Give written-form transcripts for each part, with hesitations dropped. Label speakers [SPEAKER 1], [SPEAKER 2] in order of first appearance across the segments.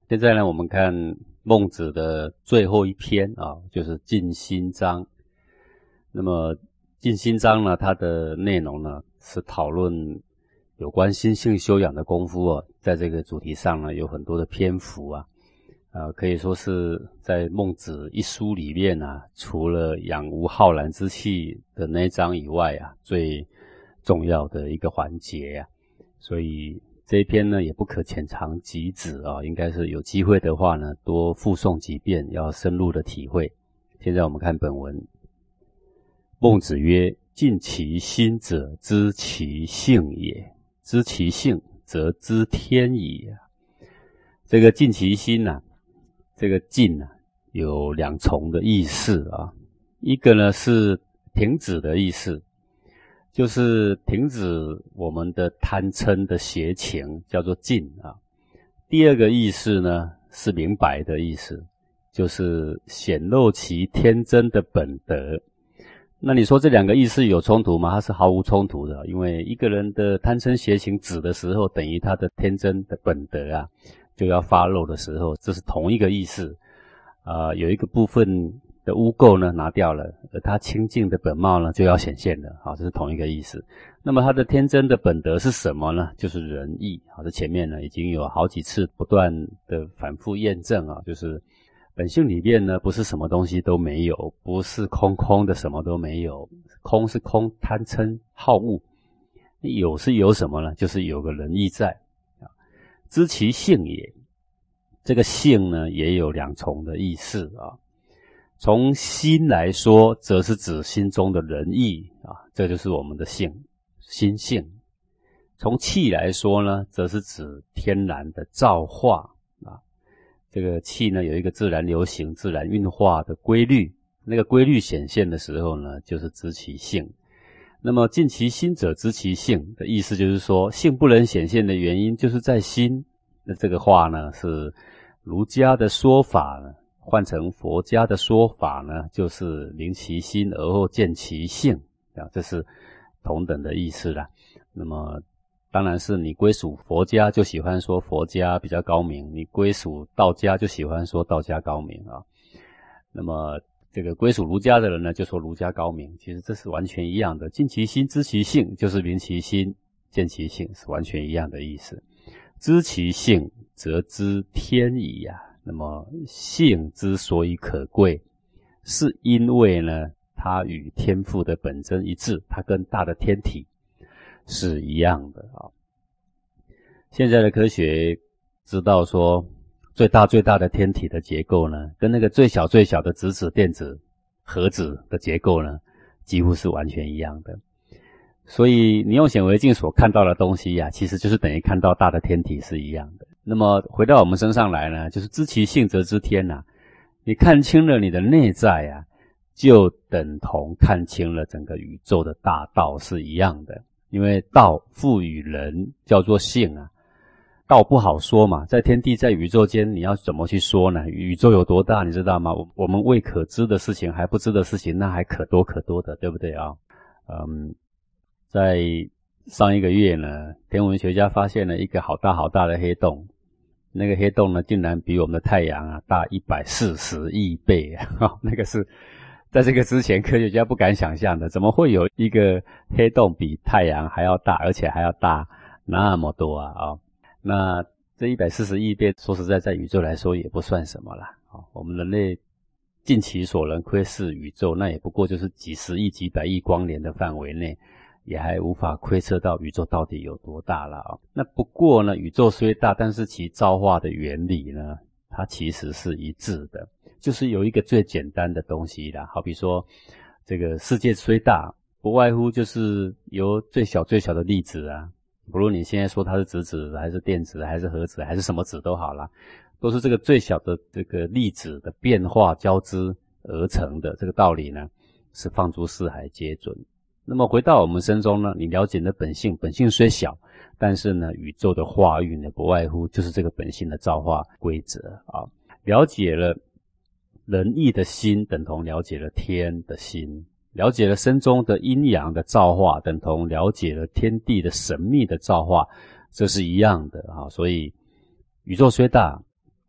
[SPEAKER 1] 现在呢，我们看孟子的最后一篇啊，就是尽心章。那么尽心章呢，它的内容呢是讨论有关心性修养的功夫啊，在这个主题上呢有很多的篇幅啊，可以说是在孟子一书里面啊，除了养无浩然之气的那一章以外啊，最重要的一个环节啊，所以这一篇呢也不可浅尝即止啊，应该是有机会的话呢，多复诵几遍，要深入的体会。现在我们看本文。孟子曰：尽其心者，知其性也；知其性，则知天矣。这个尽其心啊，这个尽啊，有两重的意思啊。一个呢是停止的意思，就是停止我们的贪嗔的邪情，叫做尽啊。第二个意思呢是明白的意思，就是显露其天真的本德。那你说这两个意思有冲突吗？它是毫无冲突的，因为一个人的贪嗔邪情止的时候，等于他的天真的本德啊就要发露的时候，这是同一个意思。有一个部分的污垢呢拿掉了，而他清净的本貌呢就要显现了，好，这是同一个意思。那么他的天真的本德是什么呢？就是仁义。好，这前面呢已经有好几次不断的反复验证啊，就是本性里面呢，不是什么东西都没有，不是空空的什么都没有，空是空贪嗔好恶，有是有什么呢？就是有个仁义在。知其性也，这个性呢也有两重的意思啊。从心来说，则是指心中的仁义啊，这就是我们的性，心性。从气来说呢，则是指天然的造化啊。这个气呢有一个自然流行、自然运化的规律，那个规律显现的时候呢，就是知其性。那么尽其心者知其性的意思就是说，性不能显现的原因就是在心。那这个话呢是儒家的说法呢，换成佛家的说法呢，就是明其心而后见其性啊，这是同等的意思啦。那么当然是你归属佛家就喜欢说佛家比较高明，你归属道家就喜欢说道家高明啊。那么这个归属儒家的人呢，就说儒家高明，其实这是完全一样的。尽其心知其性，就是明其心见其性，是完全一样的意思。知其性，则知天矣啊。那么性之所以可贵，是因为呢，它与天赋的本真一致，它跟大的天体是一样的啊。现在的科学知道说，最大的天体的结构呢，跟那个最小的质子、电子、核子的结构呢，几乎是完全一样的。所以你用显微镜所看到的东西啊，其实就是等于看到大的天体是一样的。那么回到我们身上来呢，就是知其性则知天啊。你看清了你的内在啊，就等同看清了整个宇宙的大道是一样的。因为道赋予人叫做性啊，道不好说嘛，在天地在宇宙间你要怎么去说呢？宇宙有多大你知道吗？我们未可知的事情还不知的事情，那还可多可多的，对不对啊？在上一个月呢，天文学家发现了一个好大的黑洞，那个黑洞呢竟然比我们的太阳啊大140亿倍啊！那个是在这个之前科学家不敢想象的，怎么会有一个黑洞比太阳还要大，而且还要大那么多啊！那这140亿倍说实在在宇宙来说也不算什么啦。我们人类尽其所能窥视宇宙，那也不过就是几十亿几百亿光年的范围内，也还无法窥测到宇宙到底有多大了啊。那不过呢，宇宙虽大，但是其造化的原理呢，它其实是一致的，就是有一个最简单的东西啦。好比说这个世界虽大，不外乎就是由最小的粒子啊，不论你现在说它是质子还是电子还是核子还是什么子都好啦，都是这个最小的这个粒子的变化交织而成的。这个道理呢是放诸四海皆准。那么回到我们身中呢，你了解的本性虽小，但是呢宇宙的化育呢不外乎就是这个本性的造化规则啊。了解了仁义的心，等同了解了天的心，了解了身中的阴阳的造化，等同了解了天地的神秘的造化，这是一样的啊。所以宇宙虽大，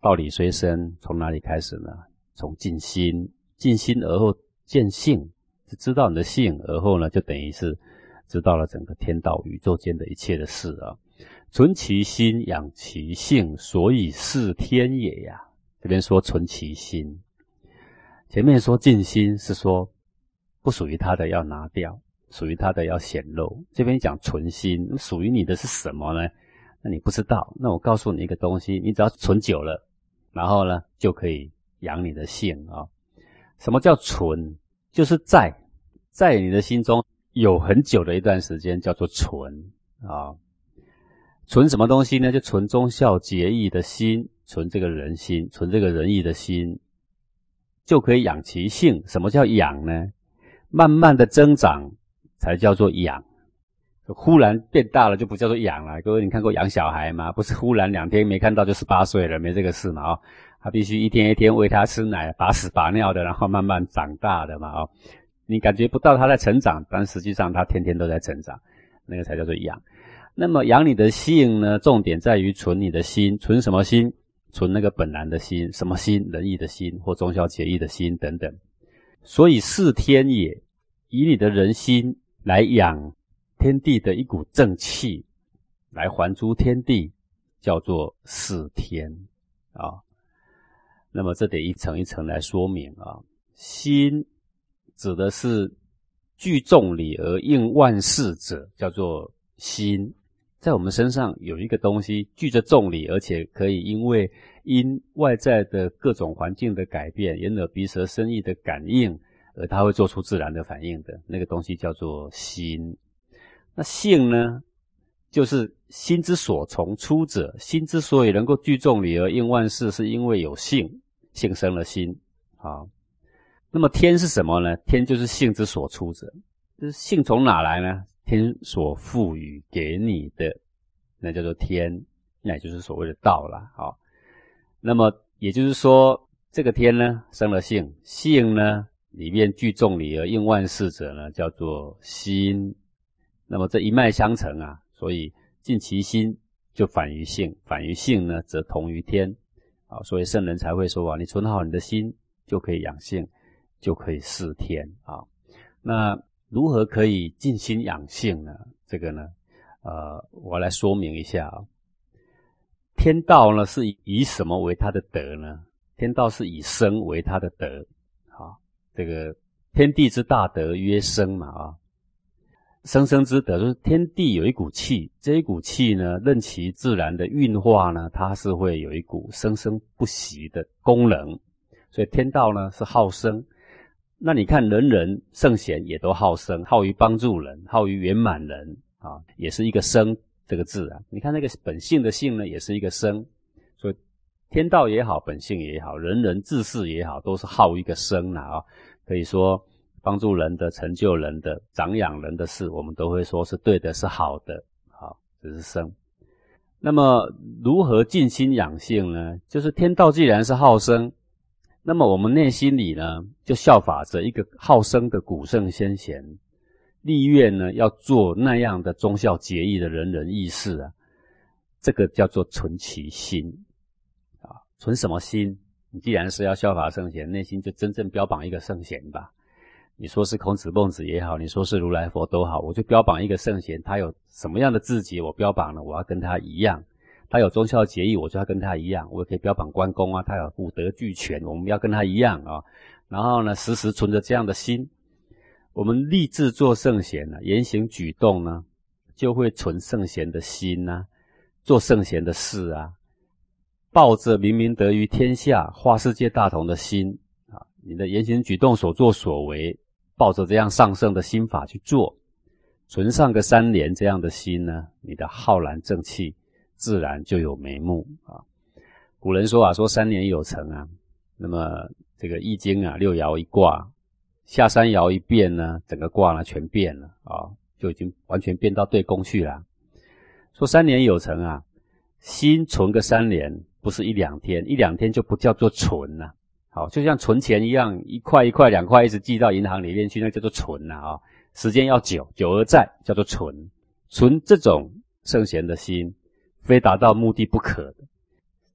[SPEAKER 1] 道理虽深，从哪里开始呢？从尽心，尽心而后见性，是知道你的性，而后呢，就等于是知道了整个天道宇宙间的一切的事啊。存其心，养其性，所以是天也呀。这边说存其心，前面说尽心是说不属于他的要拿掉，属于他的要显露。这边讲存心，属于你的是什么呢？那你不知道，那我告诉你一个东西，你只要存久了，然后呢就可以养你的性啊。什么叫存？就是在你的心中有很久的一段时间叫做存啊。存什么东西呢？就存忠孝节义的心，存这个人心，存这个仁义的心，就可以养其性。什么叫养呢？慢慢的增长才叫做养。忽然变大了就不叫做养了。各位，你看过养小孩吗？不是忽然2天没看到就18岁了，没这个事嘛哦。他必须一天一天喂他吃奶，把屎把尿的，然后慢慢长大的嘛哦。你感觉不到他在成长，但实际上他天天都在成长，那个才叫做养。那么养你的性呢，重点在于存你的心。存什么心？存那个本来的心。什么心？仁义的心，或忠孝节义的心等等。所以是天也，以你的人心来养天地的一股正气，来还诸天地，叫做是天啊。那么这得一层一层来说明啊。心指的是具众理而应万事者，叫做心。在我们身上有一个东西具着众理，而且可以因外在的各种环境的改变，眼耳鼻舌身意的感应，而它会做出自然的反应的，那个东西叫做心。那性呢，就是心之所从出者。心之所以能够具众理而应万事，是因为有性，性生了心啊。那么天是什么呢？天就是性之所出者。就是性从哪来呢？天所赋予给你的，那叫做天，那也就是所谓的道啦。好，那么也就是说，这个天呢生了性，性呢里面具众理而应万事者呢，叫做心。那么这一脉相承啊，所以尽其心就反于性，反于性呢则同于天。啊，所以圣人才会说啊，你存好你的心，就可以养性，就可以是天啊。那如何可以尽心养性呢？这个呢，我来说明一下啊。天道呢是以什么为他的德呢？天道是以生为他的德啊。这个天地之大德曰生嘛啊。生生之德就是天地有一股气，这一股气呢，任其自然的运化呢，它是会有一股生生不息的功能。所以天道呢是好生。那你看人人圣贤也都好生，好于帮助人，好于圆满人啊，也是一个生这个字啊。你看那个本性的性呢，也是一个生。所以天道也好，本性也好，人人治世也好，都是好一个生啊。可以说帮助人的、成就人的、长养人的事，我们都会说是对的，是好的。好，这是生。那么如何尽心养性呢？就是天道既然是好生，那么我们内心里呢，就效法着一个好生的古圣先贤，立愿呢要做那样的忠孝节义的仁人义士啊。这个叫做存其心啊。存什么心？你既然是要效法圣贤，内心就真正标榜一个圣贤吧。你说是孔子孟子也好，你说是如来佛都好，我就标榜一个圣贤，他有什么样的志节我标榜了，我要跟他一样。他有忠孝节义，我就要跟他一样。我也可以标榜关公啊，他有五德俱全，我们要跟他一样啊。然后呢，时时存着这样的心，我们立志做圣贤呢，言行举动呢，就会存圣贤的心啊，做圣贤的事啊，抱着明明德于天下、化世界大同的心啊，你的言行举动、所作所为，抱着这样上圣的心法去做，存上个3年这样的心呢，你的浩然正气自然就有眉目啊。古人说啊，说3年有成啊。那么这个易经啊，6爻一卦，下3爻一变呢，整个卦呢全变了啊，就已经完全变到对宫去了。说3年有成啊，心存个3年，不是1、2天，1、2天就不叫做存了。好，就像存钱一样，1块1块2块一直寄到银行里面去，那叫做存了啊。时间要久，久而在，叫做存。存这种圣贤的心，非达到目的不可的。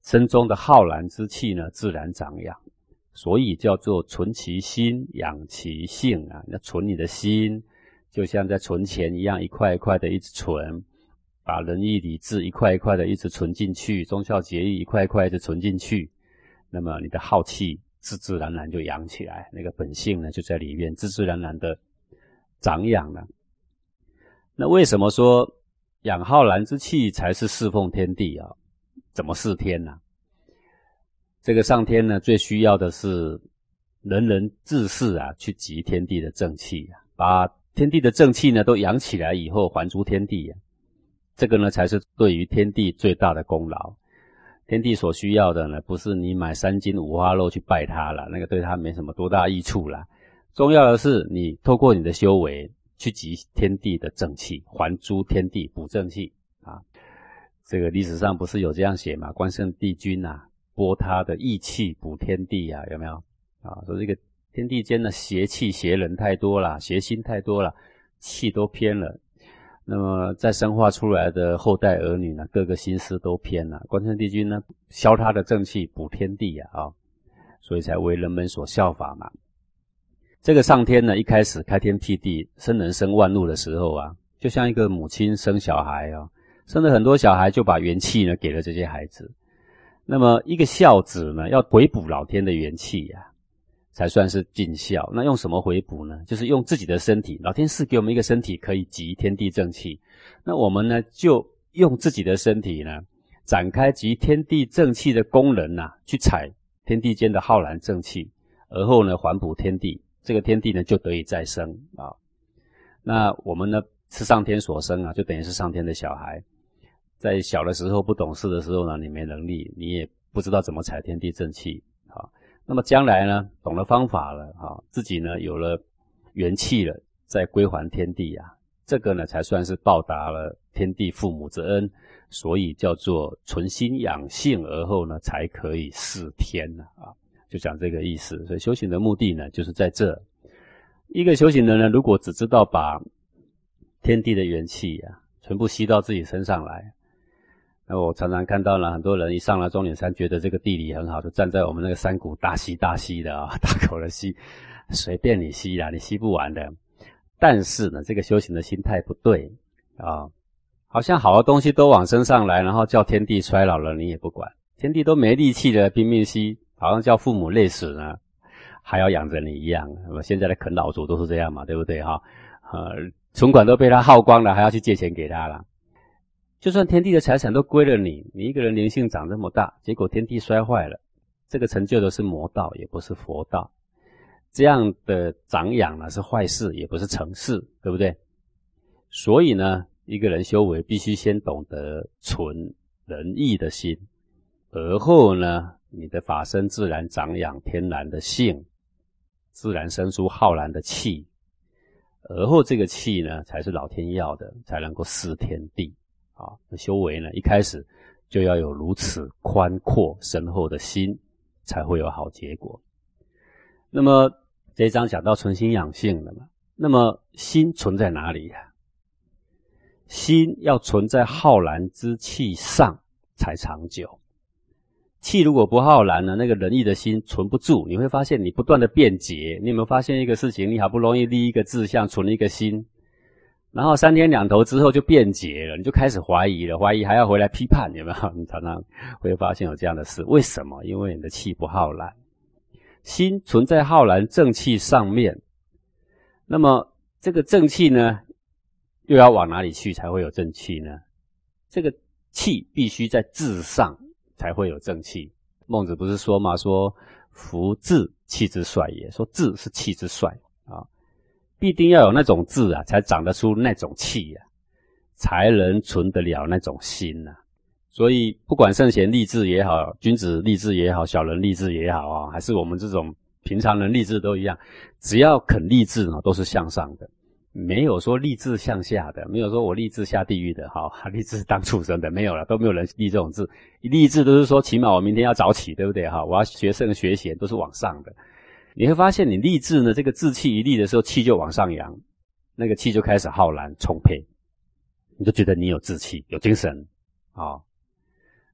[SPEAKER 1] 身中的浩然之气呢，自然长养，所以叫做存其心，养其性啊。要存你的心，就像在存钱一样，一块一块的一直存，把仁义礼智一块一块的一直存进去，忠孝节义一块一块一直存进去，那么你的浩气自自然然就养起来，那个本性呢就在里面自自然然的长养了。那为什么说养浩然之气才是侍奉天地啊？怎么侍天呢？这个上天呢，最需要的是人人自恃啊，去集天地的正气啊，把天地的正气呢都养起来以后，还诸天地啊。这个呢，才是对于天地最大的功劳。天地所需要的呢，不是你买3斤五花肉去拜他了，那个对他没什么多大益处啦。重要的是，你透过你的修为去集天地的正气，还诸天地，补正气啊。这个历史上不是有这样写嘛？关圣帝君啊，拨他的义气补天地啊，有没有啊？说这个天地间的邪气邪人太多了，邪心太多了，气都偏了。那么再生化出来的后代儿女呢，各个心思都偏了。关圣帝君呢，消他的正气，补天地啊，所以才为人们所效法嘛。这个上天呢，一开始开天辟地，生人生万物的时候啊，就像一个母亲生小孩啊，生了很多小孩，就把元气呢给了这些孩子。那么一个孝子呢，要回补老天的元气啊，才算是尽孝。那用什么回补呢？就是用自己的身体。老天赐给我们一个身体，可以集天地正气。那我们呢，就用自己的身体呢，展开集天地正气的功能啊，去采天地间的浩然正气，而后呢，还补天地。这个天地呢，就得以再生啊。那我们呢，是上天所生啊，就等于是上天的小孩。在小的时候不懂事的时候呢，你没能力，你也不知道怎么采天地正气啊。那么将来呢，懂了方法了啊，自己呢有了元气了，再归还天地啊，这个呢才算是报答了天地父母之恩，所以叫做存心养性，而后呢才可以事天啊，就讲这个意思。所以修行的目的呢，就是在这。一个修行人呢，如果只知道把天地的元气啊，全部吸到自己身上来。那我常常看到了很多人一上了终点山，觉得这个地理很好，就站在我们那个山谷大吸大吸的啊，大口的吸，随便你吸啦，你吸不完的。但是呢，这个修行的心态不对啊，好像好的东西都往身上来，然后叫天地衰老了，你也不管，天地都没力气了，拼命吸，好像叫父母累死呢，还要养着你一样。那么现在的啃老族都是这样嘛，对不对哈？存款都被他耗光了，还要去借钱给他了。就算天地的财产都归了你，你一个人灵性长这么大，结果天地摔坏了，这个成就的是魔道，也不是佛道。这样的长养呢是坏事，也不是成事，对不对？所以呢，一个人修为必须先懂得存仁义的心，而后呢，你的法身自然长养天然的性，自然生出浩然的气，而后这个气呢，才是老天要的，才能够事天地。啊，修为呢，一开始就要有如此宽阔深厚的心，才会有好结果。那么这一章讲到存心养性了嘛？那么心存在哪里呀？心要存在浩然之气上才长久。气如果不浩然呢，那个仁义的心存不住。你会发现你不断的变节。你有没有发现一个事情？你好不容易立一个志向，存了一个心。然后3天2头之后就变节了，你就开始怀疑了，怀疑还要回来批判，有没有？你常常会发现有这样的事。为什么？因为你的气不浩然，心存在浩然正气上面。那么这个正气呢，又要往哪里去才会有正气呢？这个气必须在志上才会有正气。孟子不是说嘛，说夫志气之帅也，说志是气之帅啊。必定要有那种志啊，才长得出那种气啊，才能存得了那种心啊。所以不管圣贤立志也好，君子立志也好，小人立志也好啊，还是我们这种平常人立志都一样，只要肯立志啊，都是向上的，没有说立志向下的，没有说我立志下地狱的，好，立志当畜生的，没有了，都没有人立这种志。一立志都是说起码我明天要早起，对不对哈？我要学圣学贤，都是往上的。你会发现你立志呢，这个志气一立的时候，气就往上扬，那个气就开始浩然充沛，你就觉得你有志气有精神啊。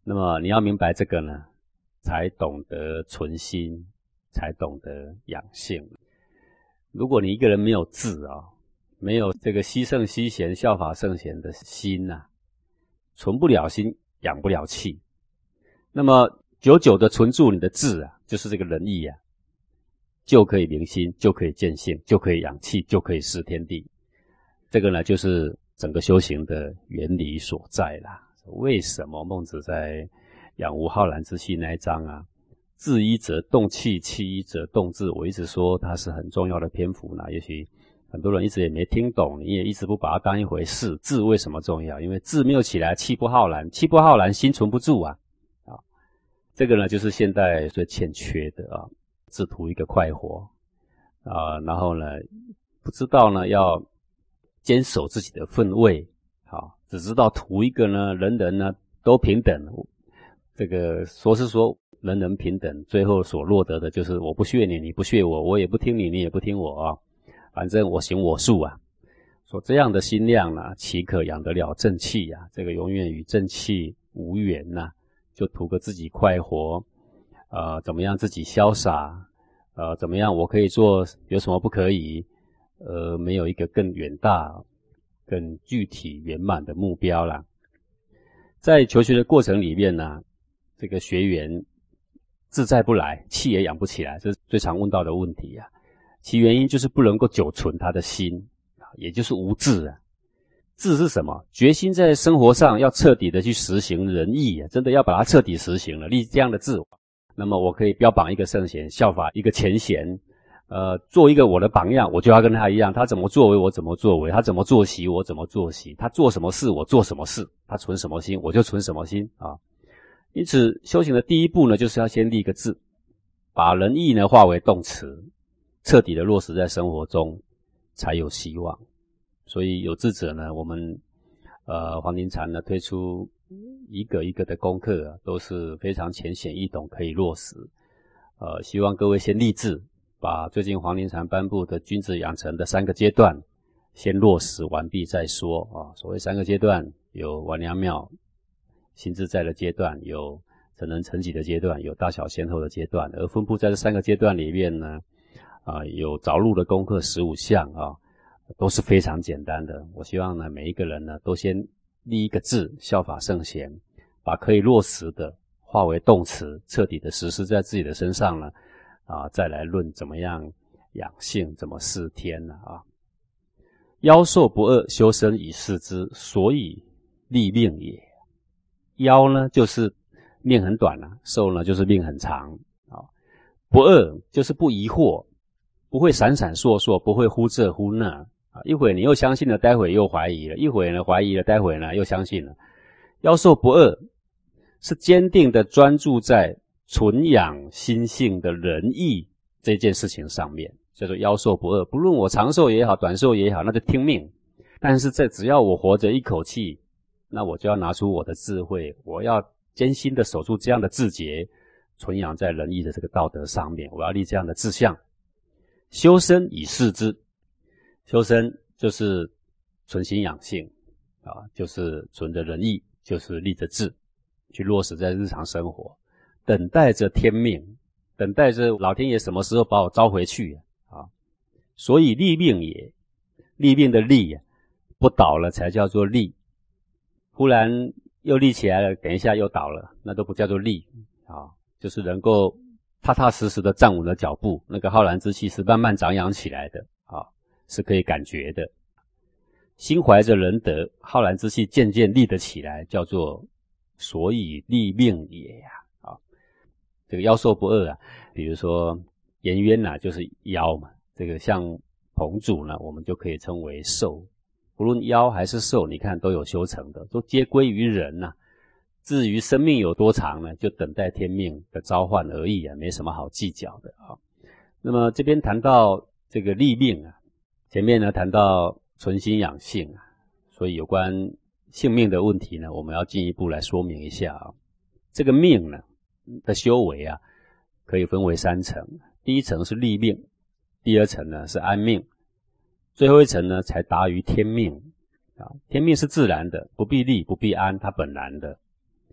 [SPEAKER 1] 那么你要明白这个呢，才懂得存心，才懂得养性。如果你一个人没有志啊，没有这个惜圣惜贤、效法圣贤的心啊，存不了心，养不了气。那么久久的存住你的志啊，就是这个仁义啊，就可以明心，就可以见性，就可以养气，就可以识天地。这个呢，就是整个修行的原理所在啦。为什么孟子在养无浩然之气那一章啊，志一则动气，气一则动志，我一直说它是很重要的篇幅呢。也许很多人一直也没听懂，你也一直不把它当一回事。志为什么重要？因为志没有起来，气不浩然，气不浩然，心存不住啊。这个呢，就是现代最欠缺的啊，只图一个快活啊，然后呢，不知道呢要坚守自己的分位，好，只知道图一个呢，人人呢都平等。这个说是说人人平等，最后所落得的就是我不屑你，你不屑我，我也不听你，你也不听我啊，反正我行我素啊。说这样的心量呢，岂可养得了正气啊？这个永远与正气无缘呐。就图个自己快活，怎么样自己潇洒，怎么样我可以做，有什么不可以？没有一个更远大、更具体圆满的目标啦。在求学的过程里面呢，这个学员自在不来，气也养不起来，这是最常问到的问题啊。其原因就是不能够久存他的心，也就是无志啊。志是什么？决心在生活上要彻底的去实行仁义啊，真的要把它彻底实行了，立这样的志。那么我可以标榜一个圣贤，效法一个前贤，做一个我的榜样，我就要跟他一样，他怎么作为我怎么作为，他怎么作息我怎么作息，他做什么事我做什么事，他存什么心我就存什么心啊。因此修行的第一步呢，就是要先立一个志，把仁义呢化为动词，彻底的落实在生活中，才有希望。所以有志者呢，我们黄庭禅呢推出一个一个的功课啊，都是非常浅显易懂，可以落实。希望各位先立志，把最近黄庭禅颁布的君子养成的3个阶段先落实完毕再说啊。所谓3个阶段，有王良妙心自在的阶段，有成人成己的阶段，有大小先后的阶段。而分布在这3个阶段里面呢，有着陆的功课15项啊。都是非常简单的。我希望呢，每一个人呢，都先立一个志，效法圣贤，把可以落实的化为动词，彻底的实施在自己的身上呢，再来论怎么样养性，怎么事天呢啊。夭寿不恶，修身以事之，所以立命也。夭呢，就是命很短啊，寿呢，就是命很长啊。不恶就是不疑惑，不会闪闪烁烁，不会忽这忽那。一会你又相信了，待会又怀疑了，一会呢怀疑了，待会呢又相信了。夭寿不恶是坚定的专注在存养心性的仁义这件事情上面，叫做夭寿不恶。不论我长寿也好，短寿也好，那就听命。但是只要我活着一口气，那我就要拿出我的智慧，我要艰辛的守住这样的志节，存养在仁义的这个道德上面，我要立这样的志向。修身以事之，修身就是存心养性啊，就是存着仁义，就是立着志，去落实在日常生活，等待着天命，等待着老天爷什么时候把我召回去啊。所以立命也，立命的立啊，不倒了才叫做立，忽然又立起来了，等一下又倒了，那都不叫做立啊，就是能够踏踏实实的站稳了脚步，那个浩然之气是慢慢长养起来的啊，是可以感觉的。心怀着仁德，浩然之气渐渐立得起来，叫做所以立命也呀啊。这个夭寿不恶啊，比如说颜渊啊，就是夭嘛，这个像彭祖呢，我们就可以称为寿。不论夭还是寿，你看都有修成的，都皆归于人啊。至于生命有多长呢，就等待天命的召唤而已啊，没什么好计较的啊。那么这边谈到这个立命啊，前面呢谈到存心养性啊，所以有关性命的问题呢，我们要进一步来说明一下啊。这个命呢的修为啊，可以分为3层，第一层是立命，第2层呢是安命，最后一层呢才达于天命啊。天命是自然的，不必立不必安，它本然的。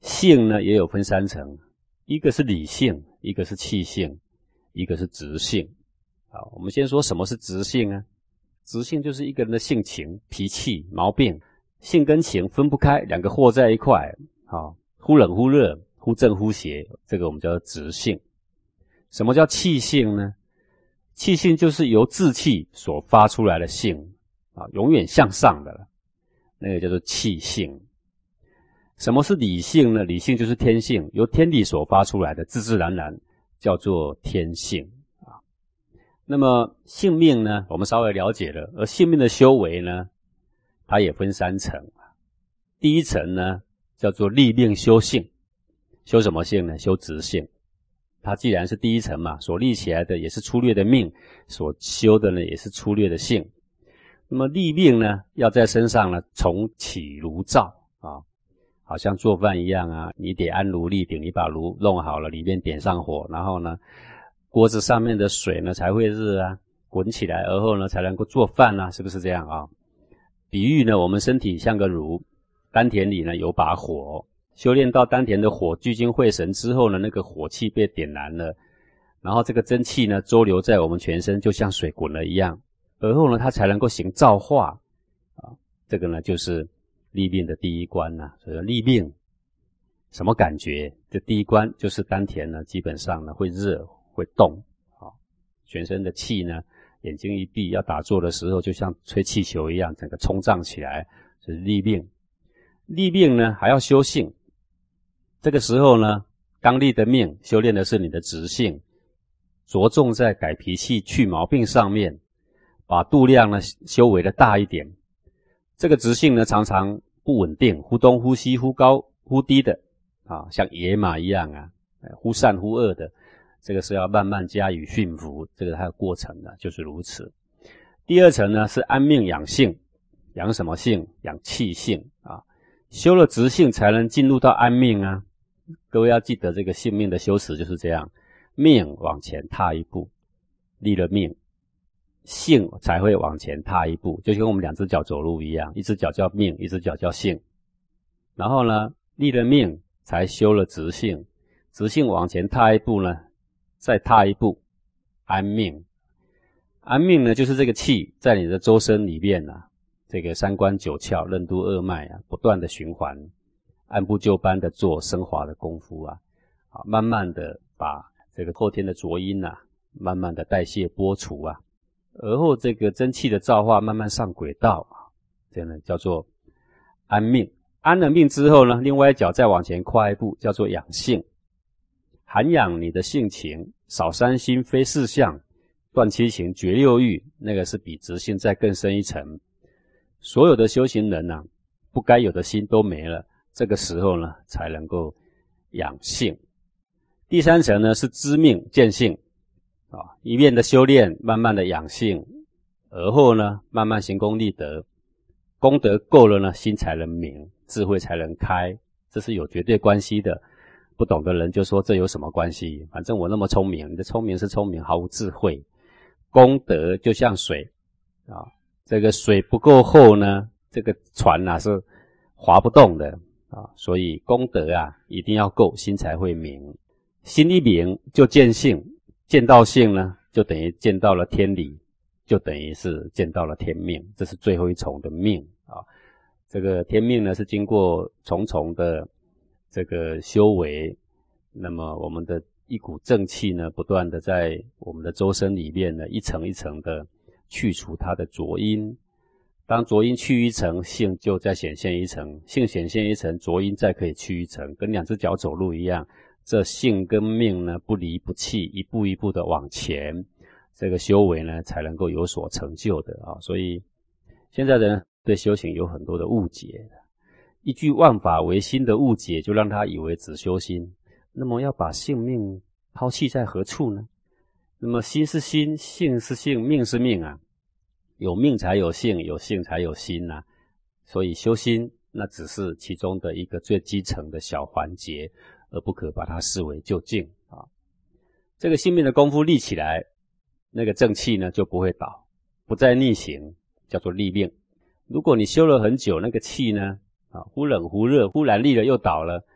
[SPEAKER 1] 性呢也有分3层，一个是理性，一个是气性，一个是质性。好，我们先说什么是质性啊？质性就是一个人的性情、脾气、毛病，性跟情分不开，两个和在一块，好，忽冷忽热，忽正忽邪，这个我们叫质性。什么叫气性呢？气性就是由志气所发出来的性啊，永远向上的了，那个叫做气性。什么是理性呢？理性就是天性，由天理所发出来的，自自然然，叫做天性啊。那么性命呢，我们稍微了解了，而性命的修为呢，它也分3层。第一层呢，叫做立命修性，修什么性呢？修质性。它既然是第一层嘛，所立起来的也是粗略的命，所修的呢也是粗略的性。那么立命呢，要在身上呢重启炉灶啊，好像做饭一样啊，你得安炉立鼎，你把炉弄好了，里面点上火，然后呢，锅子上面的水呢才会热啊，滚起来，而后呢才能够做饭啊，是不是这样啊？比喻呢，我们身体像个炉，丹田里呢有把火。修炼到丹田的火聚精会神之后呢，那个火气被点燃了，然后这个真气呢周流在我们全身，就像水滚了一样，而后呢它才能够行造化啊。这个呢就是立命的第一关啊。所以立命什么感觉？这第一关就是丹田呢基本上呢会热会动啊，全身的气呢眼睛一闭要打坐的时候，就像吹气球一样，整个冲胀起来，这是立命。立命呢还要修性。这个时候呢，刚立的命修炼的是你的质性，着重在改脾气、去毛病上面，把度量呢修为的大一点。这个质性呢常常不稳定，忽东忽西，忽高忽低的啊，像野马一样啊，忽善忽恶的。这个是要慢慢加以驯服，这个它的过程呢就是如此。第二层呢是安命养性，养什么性？养气性啊。修了质性才能进入到安命啊。各位要记得这个性命的修持就是这样，命往前踏一步，立了命，性才会往前踏一步，就跟我们2只脚走路一样，一只脚叫命，一只脚叫性。然后呢，立了命才修了质性，质性往前踏一步呢，再踏一步，安命。安命呢，就是这个气在你的周身里面啊，这个3关9窍、任督二脉啊，不断的循环。按部就班的做升华的功夫啊，慢慢的把这个后天的浊阴啊，慢慢的代谢剥除啊，而后这个真气的造化慢慢上轨道啊，这样呢叫做安命。安了命之后呢，另外一脚再往前跨一步，叫做养性，涵养你的性情，少3心非4相，断7情绝6欲，那个是比质性再更深一层。所有的修行人啊，不该有的心都没了。这个时候呢，才能够养性。第3层呢是知命见性啊，一面的修炼，慢慢的养性，而后呢，慢慢行功立德，功德够了呢，心才能明，智慧才能开，这是有绝对关系的。不懂的人就说这有什么关系？反正我那么聪明，你的聪明是聪明，毫无智慧。功德就像水啊，这个水不够厚呢，这个船啊是划不动的。所以功德啊一定要够，心才会明。心一明就见性，见到性呢就等于见到了天理，就等于是见到了天命，这是最后一重的命啊。这个天命呢是经过重重的这个修为，那么我们的一股正气呢不断的在我们的周身里面呢一层一层的去除它的浊阴。当浊阴去一层，性就再显现一层，性显现一层，浊阴再可以去一层，跟2只脚走路一样。这性跟命呢不离不弃，一步一步的往前，这个修为呢才能够有所成就的啊。所以现在的人对修行有很多的误解，一句万法唯心的误解，就让他以为只修心。那么要把性命抛弃在何处呢？那么心是心，性是性，命是命啊。有命才有性，有性才有心啊。所以修心那只是其中的一个最基层的小环节，而不可把它视为究竟啊。这个性命的功夫立起来，那个正气呢就不会倒，不再逆行，叫做立命。如果你修了很久，那个气呢忽冷忽热，忽然立了又倒了，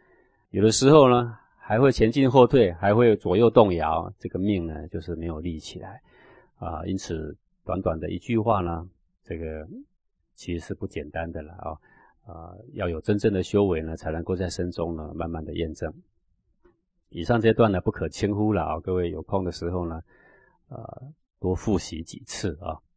[SPEAKER 1] 有的时候呢还会前进后退，还会左右动摇，这个命呢就是没有立起来啊。因此短短的一句话呢，这个其实是不简单的了要有真正的修为呢，才能够在生中呢慢慢的验证。以上这段呢不可轻忽了各位有空的时候呢多复习几次